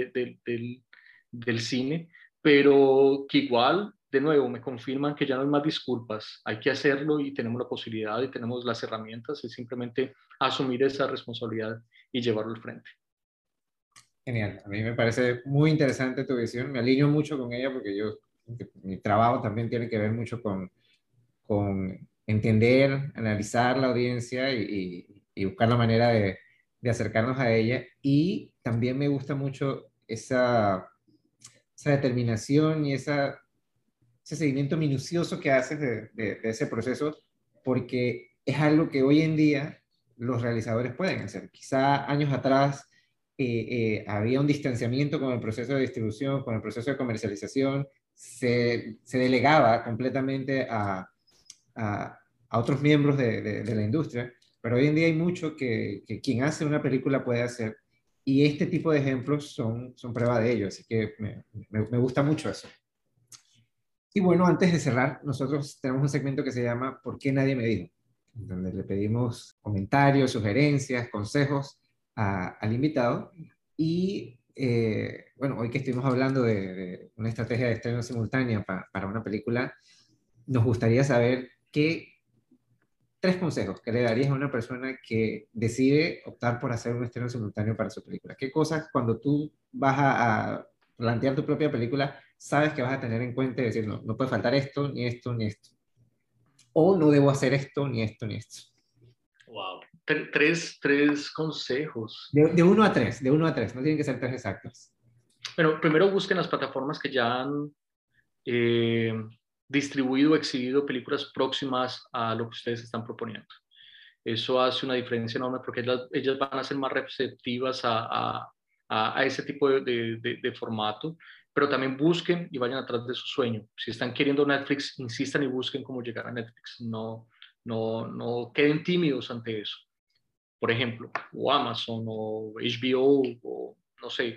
S2: del cine, pero que igual, de nuevo, me confirman que ya no hay más disculpas, hay que hacerlo y tenemos la posibilidad y tenemos las herramientas, es simplemente asumir esa responsabilidad y llevarlo al frente.
S1: Genial, a mí me parece muy interesante tu visión, me alineo mucho con ella porque mi trabajo también tiene que ver mucho con entender, analizar la audiencia y buscar la manera de acercarnos a ella. Y también me gusta mucho esa determinación y ese seguimiento minucioso que haces de ese proceso, porque es algo que hoy en día los realizadores pueden hacer. Quizá años atrás había un distanciamiento con el proceso de distribución, con el proceso de comercialización, se delegaba completamente a otros miembros de la industria, pero hoy en día hay mucho que quien hace una película puede hacer, y este tipo de ejemplos son prueba de ello, así que me gusta mucho eso. Y bueno, antes de cerrar, nosotros tenemos un segmento que se llama ¿Por qué nadie me dijo?, donde le pedimos comentarios, sugerencias, consejos al invitado. Y bueno, hoy que estuvimos hablando de una estrategia de estreno simultánea para una película, nos gustaría saber qué 3 consejos que le darías a una persona que decide optar por hacer un estreno simultáneo para su película. ¿Qué cosas cuando tú vas a plantear tu propia película sabes que vas a tener en cuenta y decir, no, no puede faltar esto, ni esto, ni esto? O no debo hacer esto, ni esto, ni esto.
S2: Wow. Tres consejos.
S1: De 1 a 3, de 1 a 3, no tienen que ser 3 exactos.
S2: Bueno, primero busquen las plataformas que ya han eh, distribuido o exhibido películas próximas a lo que ustedes están proponiendo. Eso hace una diferencia enorme porque ellas van a ser más receptivas a ese tipo de formato, pero también busquen y vayan atrás de su sueño. Si están queriendo Netflix, insistan y busquen cómo llegar a Netflix. No queden tímidos ante eso. Por ejemplo, o Amazon o HBO o no sé,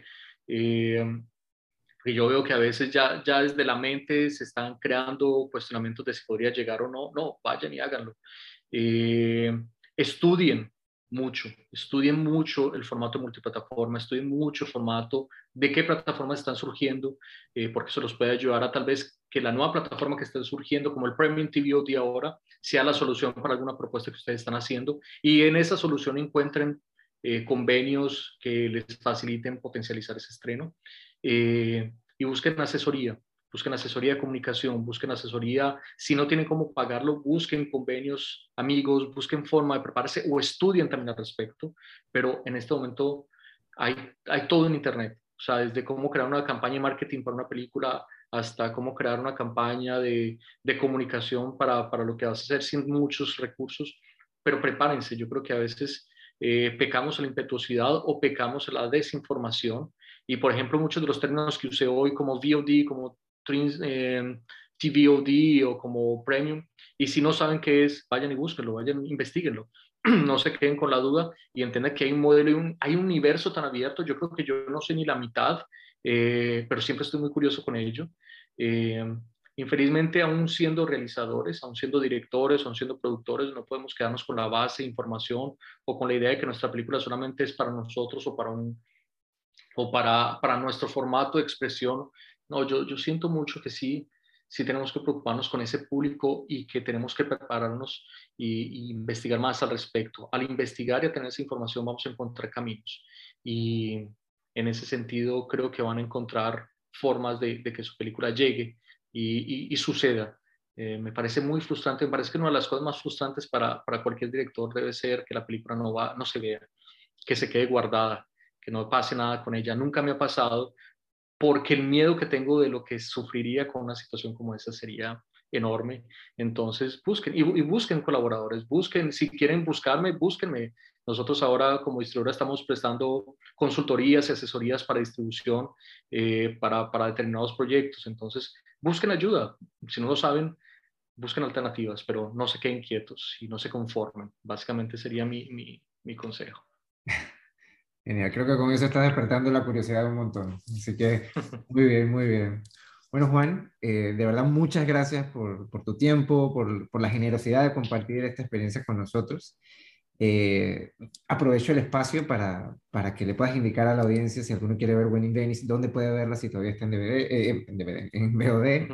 S2: que yo veo que a veces ya desde la mente se están creando cuestionamientos de si podría llegar o no. No, vayan y háganlo. Eh, estudien estudien mucho el formato multiplataforma, estudien mucho el formato, de qué plataformas están surgiendo, porque eso los puede ayudar a tal vez que la nueva plataforma que esté surgiendo, como el Premium TVOD ahora, sea la solución para alguna propuesta que ustedes están haciendo y en esa solución encuentren convenios que les faciliten potencializar ese estreno y busquen asesoría de comunicación, busquen asesoría, si no tienen cómo pagarlo, busquen convenios, amigos, busquen forma de prepararse o estudien también al respecto, pero en este momento hay todo en Internet, o sea, desde cómo crear una campaña de marketing para una película hasta cómo crear una campaña de comunicación para lo que vas a hacer sin muchos recursos, pero prepárense, yo creo que a veces pecamos en la impetuosidad o pecamos en la desinformación y, por ejemplo, muchos de los términos que usé hoy como VOD, como TVOD o como Premium. Y si no saben qué es, vayan y búsquenlo, vayan, investiguenlo. No se queden con la duda y entiendan que hay un modelo y hay un universo tan abierto. Yo creo que yo no sé ni la mitad, pero siempre estoy muy curioso con ello. Eh, Infelizmente, aún siendo realizadores, aún siendo directores, aún siendo productores, no podemos quedarnos con la base de información o con la idea de que nuestra película solamente es para nosotros o para nuestro formato de expresión. No, yo siento mucho que sí tenemos que preocuparnos con ese público y que tenemos que prepararnos y investigar más al respecto. Al investigar y a tener esa información vamos a encontrar caminos. Y en ese sentido creo que van a encontrar formas de que su película llegue y suceda. Me parece muy frustrante, me parece que una de las cosas más frustrantes para cualquier director debe ser que la película no se vea, que se quede guardada, que no pase nada con ella. Nunca me ha pasado porque el miedo que tengo de lo que sufriría con una situación como esa sería enorme. Entonces, busquen y busquen colaboradores, busquen, si quieren buscarme, búsquenme. Nosotros ahora como distribuidora estamos prestando consultorías y asesorías para distribución para determinados proyectos. Entonces, busquen ayuda. Si no lo saben, busquen alternativas, pero no se queden quietos y no se conformen. Básicamente sería mi consejo.
S1: Genial, creo que con eso está despertando la curiosidad un montón. Así que muy bien, muy bien. Bueno, Juan, de verdad muchas gracias por tu tiempo, por la generosidad de compartir esta experiencia con nosotros. Eh, Aprovecho el espacio para que le puedas indicar a la audiencia si alguno quiere ver Wedding Venice, dónde puede verla, si todavía está en DVD, en DVD, en VOD,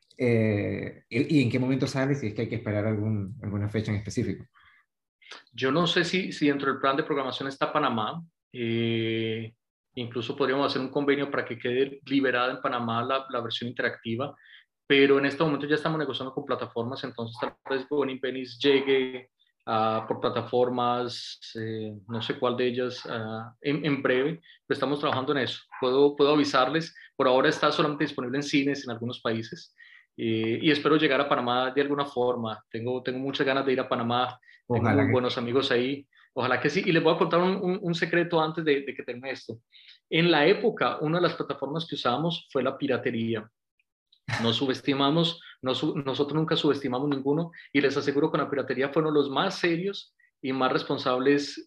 S1: y en qué momento sale, si es que hay que esperar alguna fecha en específico.
S2: Yo no sé si dentro del plan de programación está Panamá. eh, Incluso podríamos hacer un convenio para que quede liberada en Panamá la versión interactiva, pero en este momento ya estamos negociando con plataformas, entonces tal vez Bonnie Penis llegue por plataformas, no sé cuál de ellas, en breve, pero estamos trabajando en eso. Puedo avisarles, por ahora está solamente disponible en cines en algunos países y espero llegar a Panamá de alguna forma. Tengo muchas ganas de ir a Panamá, tengo
S1: Ojalá
S2: muy
S1: que
S2: buenos amigos ahí, ojalá que sí. Y les voy a contar un secreto antes de que termine esto. En la época, una de las plataformas que usamos fue la piratería. No subestimamos, nosotros nunca subestimamos ninguno y les aseguro que la piratería fueron los más serios y más responsables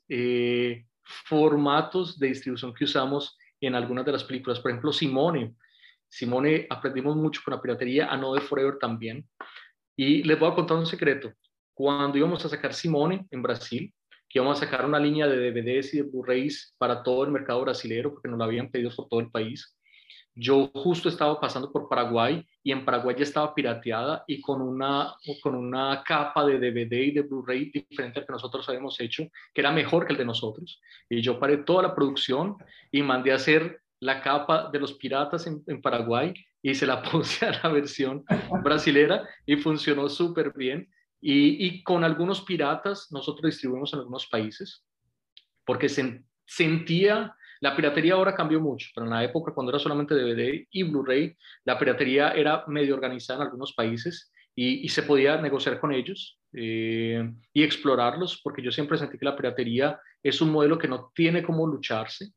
S2: formatos de distribución que usamos en algunas de las películas. Por ejemplo, Simone aprendimos mucho con la piratería, a No de Forever también. Y les voy a contar un secreto. Cuando íbamos a sacar Simone en Brasil, que íbamos a sacar una línea de DVDs y de Blu-rays para todo el mercado brasilero, porque nos lo habían pedido por todo el país, yo justo estaba pasando por Paraguay y en Paraguay ya estaba pirateada y con una capa de DVD y de Blu-ray diferente al que nosotros habíamos hecho, que era mejor que el de nosotros. Y yo paré toda la producción y mandé a hacer la capa de los piratas en Paraguay y se la puse a la versión brasilera y funcionó súper bien. Y con algunos piratas nosotros distribuimos en algunos países porque sentía, la piratería ahora cambió mucho, pero en la época cuando era solamente DVD y Blu-ray, la piratería era medio organizada en algunos países y se podía negociar con ellos y explorarlos, porque yo siempre sentí que la piratería es un modelo que no tiene cómo lucharse.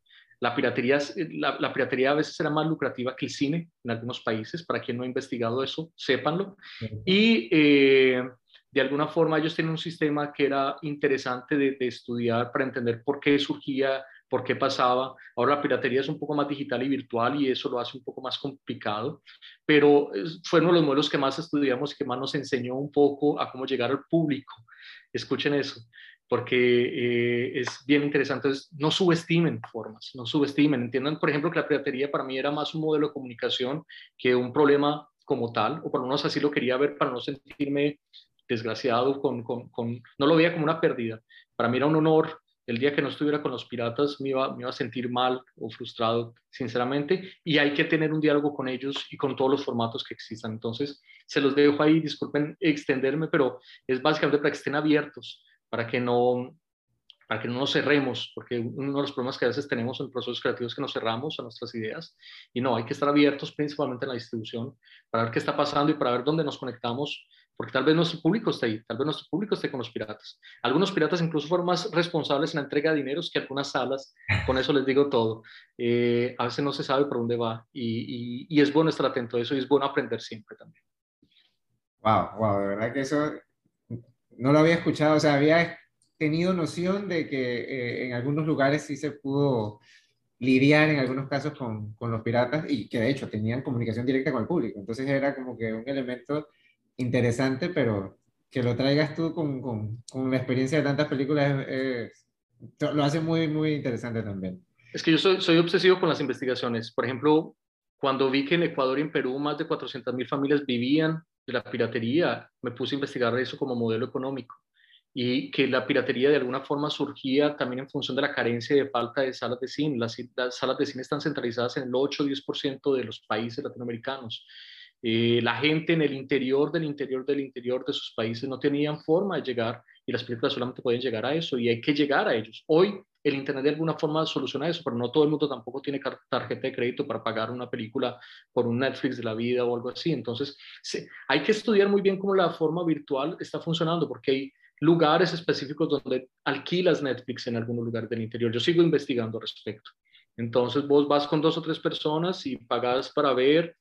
S2: La piratería a veces era más lucrativa que el cine en algunos países. Para quien no ha investigado eso, sépanlo. Y de alguna forma ellos tienen un sistema que era interesante de estudiar para entender por qué surgía por qué pasaba. Ahora la piratería es un poco más digital y virtual y eso lo hace un poco más complicado, pero fue uno de los modelos que más estudiamos y que más nos enseñó un poco a cómo llegar al público. Escuchen eso, porque es bien interesante. Entonces, no subestimen formas, no subestimen. Entiendan, por ejemplo, que la piratería para mí era más un modelo de comunicación que un problema como tal, o por lo menos así lo quería ver para no sentirme desgraciado, no lo veía como una pérdida. Para mí era un honor. El día que no estuviera con los piratas me iba a sentir mal o frustrado, sinceramente, y hay que tener un diálogo con ellos y con todos los formatos que existan. Entonces, se los dejo ahí, disculpen extenderme, pero es básicamente para que estén abiertos, para que no nos cerremos, porque uno de los problemas que a veces tenemos en procesos creativos es que nos cerramos a nuestras ideas, y no, hay que estar abiertos principalmente en la distribución, para ver qué está pasando y para ver dónde nos conectamos, porque tal vez nuestro público esté ahí, tal vez nuestro público esté con los piratas. Algunos piratas incluso fueron más responsables en la entrega de dineros que algunas salas, con eso les digo todo. A veces no se sabe por dónde va, y es bueno estar atento a eso, y es bueno aprender siempre también.
S1: Wow, wow, de verdad que eso no lo había escuchado, o sea, había tenido noción de que en algunos lugares sí se pudo lidiar en algunos casos con los piratas y que de hecho tenían comunicación directa con el público. Entonces era como que un elemento interesante, pero que lo traigas tú con la experiencia de tantas películas lo hace muy, muy interesante también.
S2: Es que yo soy obsesivo con las investigaciones. Por ejemplo, cuando vi que en Ecuador y en Perú más de 400.000 familias vivían de la piratería, me puse a investigar eso como modelo económico y que la piratería de alguna forma surgía también en función de la carencia y de falta de salas de cine. Las salas de cine están centralizadas en el 8 o 10% de los países latinoamericanos. La gente en el interior del interior del interior de sus países no tenían forma de llegar y las películas solamente pueden llegar a eso y hay que llegar a ellos. Hoy el Internet de alguna forma soluciona eso, pero no todo el mundo tampoco tiene tarjeta de crédito para pagar una película por un Netflix de la vida o algo así. Entonces, sí, hay que estudiar muy bien cómo la forma virtual está funcionando, porque hay lugares específicos donde alquilas Netflix en algunos lugares del interior. Yo sigo investigando al respecto. Entonces, vos vas con 2 o 3 personas y pagas para ver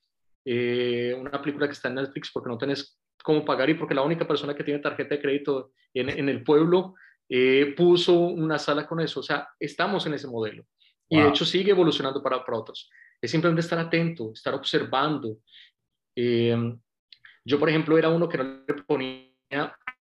S2: una película que está en Netflix porque no tenés cómo pagar y porque la única persona que tiene tarjeta de crédito en el pueblo puso una sala con eso. O sea, estamos en ese modelo y de
S1: Wow.
S2: hecho sigue evolucionando para otros. Es simplemente estar atento, estar observando. Eh, yo, por ejemplo, era uno que no le ponía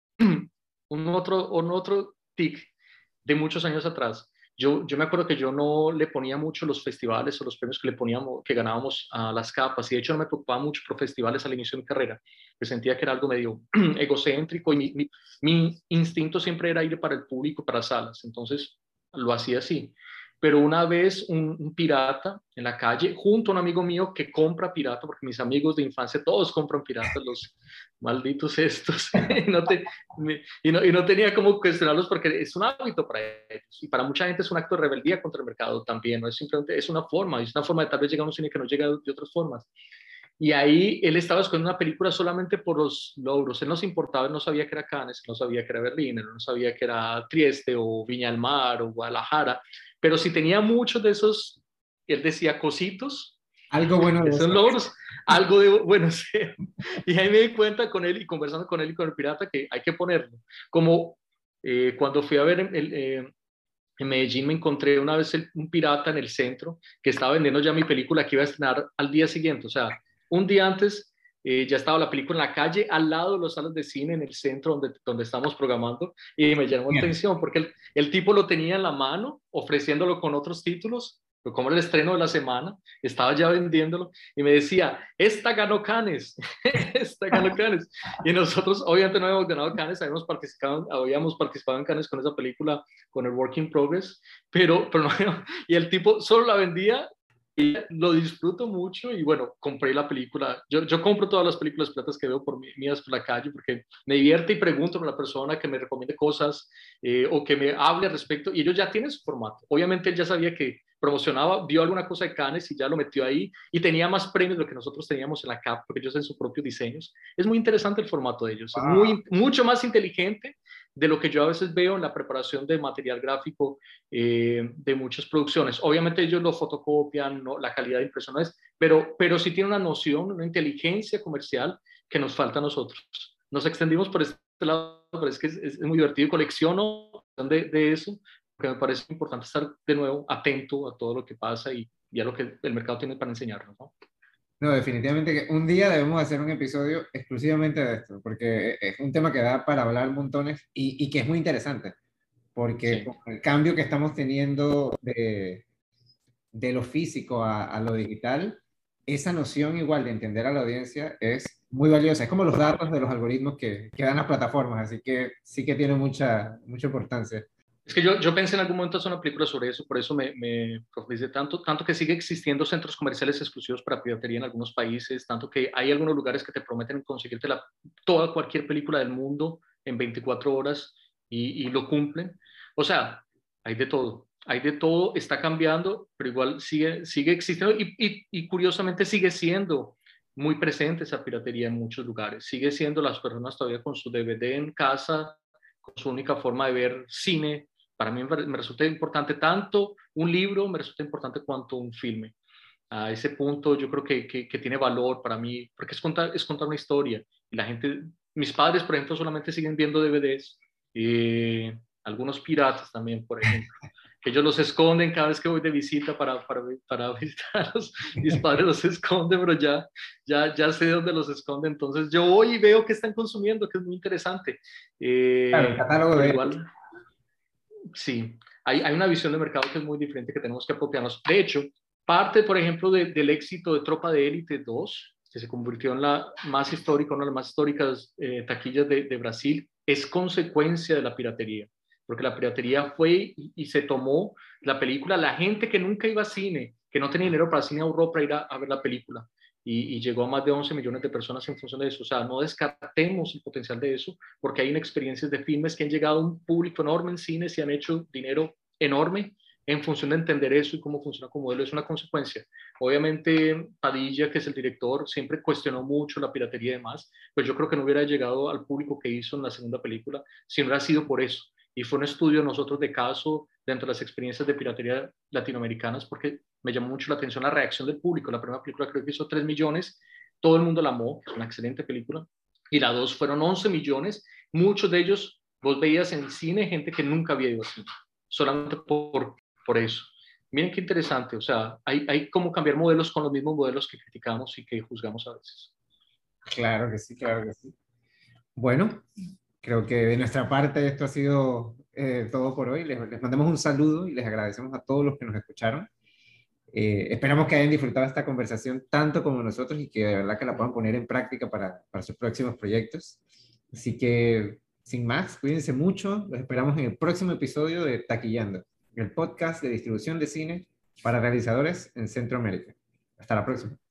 S2: un otro tic de muchos años atrás. Yo me acuerdo que yo no le ponía mucho los festivales o los premios que le poníamos, que ganábamos a las capas, y de hecho no me preocupaba mucho por festivales al inicio de mi carrera. Me sentía que era algo medio egocéntrico y mi instinto siempre era ir para el público, para salas, entonces lo hacía así. Pero una vez un pirata en la calle, junto a un amigo mío que compra pirata, porque mis amigos de infancia todos compran piratas, los malditos estos, y no tenía cómo cuestionarlos porque es un hábito para ellos y para mucha gente es un acto de rebeldía contra el mercado también, no es simplemente, es una forma de tal vez llegar a un cine que no llega de otras formas. Y ahí él estaba escogiendo una película solamente por los logros. Él no se importaba, él no sabía que era Cannes, él no sabía que era Berlín, él no sabía que era Trieste o Viña del Mar o Guadalajara. Pero si tenía muchos de esos, él decía cositos,
S1: Algo bueno de
S2: esos
S1: eso.
S2: logros, algo de bueno sea. Y ahí me di cuenta con él y conversando con él y con el pirata que hay que ponerlo. Como cuando fui a ver en Medellín me encontré una vez un pirata en el centro que estaba vendiendo ya mi película que iba a estrenar al día siguiente. O sea, un día antes ya estaba la película en la calle, al lado de las salas de cine, en el centro donde estamos programando. Y me llamó la
S1: Bien.
S2: atención porque el tipo lo tenía en la mano, ofreciéndolo con otros títulos, como el estreno de la semana, estaba ya vendiéndolo y me decía, esta ganó Cannes, esta ganó Cannes. Y nosotros obviamente no habíamos ganado Cannes, habíamos participado en Cannes con esa película, con el Work in Progress, pero no, y el tipo solo la vendía y lo disfruto mucho y bueno, compré la película. Yo compro todas las películas piratas que veo mías por la calle porque me divierte y pregunto a la persona que me recomiende cosas o que me hable al respecto y ellos ya tienen su formato. Obviamente él ya sabía que promocionaba, vio alguna cosa de Cannes y ya lo metió ahí y tenía más premios de lo que nosotros teníamos en la CAP porque ellos hacen sus propios diseños. Es muy interesante el formato de ellos, es
S1: Wow.
S2: mucho más inteligente de lo que yo a veces veo en la preparación de material gráfico de muchas producciones. Obviamente ellos lo fotocopian, ¿no? La calidad de impresión no es, pero sí tiene una noción, una inteligencia comercial que nos falta a nosotros. Nos extendimos por este lado, pero es que es muy divertido y colecciono de eso me parece importante estar de nuevo atento a todo lo que pasa y a lo que el mercado tiene para enseñarnos, ¿no?
S1: No, definitivamente que un día debemos hacer un episodio exclusivamente de esto, porque es un tema que da para hablar montones y que es muy interesante, porque
S2: Sí.
S1: con el cambio que estamos teniendo de lo físico a lo digital, esa noción igual de entender a la audiencia es muy valiosa. Es como los datos de los algoritmos que dan las plataformas, así que sí que tiene mucha importancia.
S2: Es que yo pensé en algún momento hacer una película sobre eso, por eso me profundicé tanto que sigue existiendo centros comerciales exclusivos para piratería en algunos países, tanto que hay algunos lugares que te prometen conseguirte cualquier película del mundo en 24 horas y lo cumplen. O sea, hay de todo, está cambiando, pero igual sigue existiendo y curiosamente sigue siendo muy presente esa piratería en muchos lugares. Sigue siendo las personas todavía con su DVD en casa, con su única forma de ver cine. Para mí me resulta importante tanto un libro, me resulta importante cuanto un filme. A ese punto yo creo que tiene valor para mí, porque es contar una historia. Y la gente, mis padres, por ejemplo, solamente siguen viendo DVDs, algunos piratas también, por ejemplo, que ellos los esconden cada vez que voy de visita para visitarlos. Mis padres los esconden, pero ya sé dónde los esconden. Entonces yo voy y veo qué están consumiendo, que es muy interesante.
S1: Claro, el catálogo
S2: Pero
S1: de...
S2: igual, sí, hay una visión de mercado que es muy diferente que tenemos que apropiarnos. De hecho, parte, por ejemplo, del éxito de Tropa de Élite 2, que se convirtió en la más histórica, una de las más históricas taquillas de Brasil, es consecuencia de la piratería, porque la piratería fue y se tomó la película, la gente que nunca iba a cine, que no tenía dinero para cine, ahorró para ir a ver la película. Y llegó a más de 11 millones de personas en función de eso. O sea, no descartemos el potencial de eso, porque hay experiencias de filmes que han llegado a un público enorme en cines y han hecho dinero enorme en función de entender eso y cómo funciona como modelo. Es una consecuencia. Obviamente, Padilla, que es el director, siempre cuestionó mucho la piratería y demás, pues yo creo que no hubiera llegado al público que hizo en la segunda película si no hubiera sido por eso. Y fue un estudio nosotros de caso dentro de las experiencias de piratería latinoamericanas, porque me llamó mucho la atención la reacción del público. La primera película creo que hizo 3 millones, todo el mundo la amó, es una excelente película, y la 2 fueron 11 millones, muchos de ellos vos veías en cine gente que nunca había ido al cine, solamente por eso. Miren qué interesante, o sea, hay como cambiar modelos con los mismos modelos que criticamos y que juzgamos a veces.
S1: Claro que sí, claro que sí. Bueno, creo que de nuestra parte esto ha sido todo por hoy. Les mandamos un saludo y les agradecemos a todos los que nos escucharon. Esperamos que hayan disfrutado esta conversación tanto como nosotros y que de verdad que la puedan poner en práctica para sus próximos proyectos. Así que, sin más, cuídense mucho. Los esperamos en el próximo episodio de Taquillando, el podcast de distribución de cine para realizadores en Centroamérica. Hasta la próxima.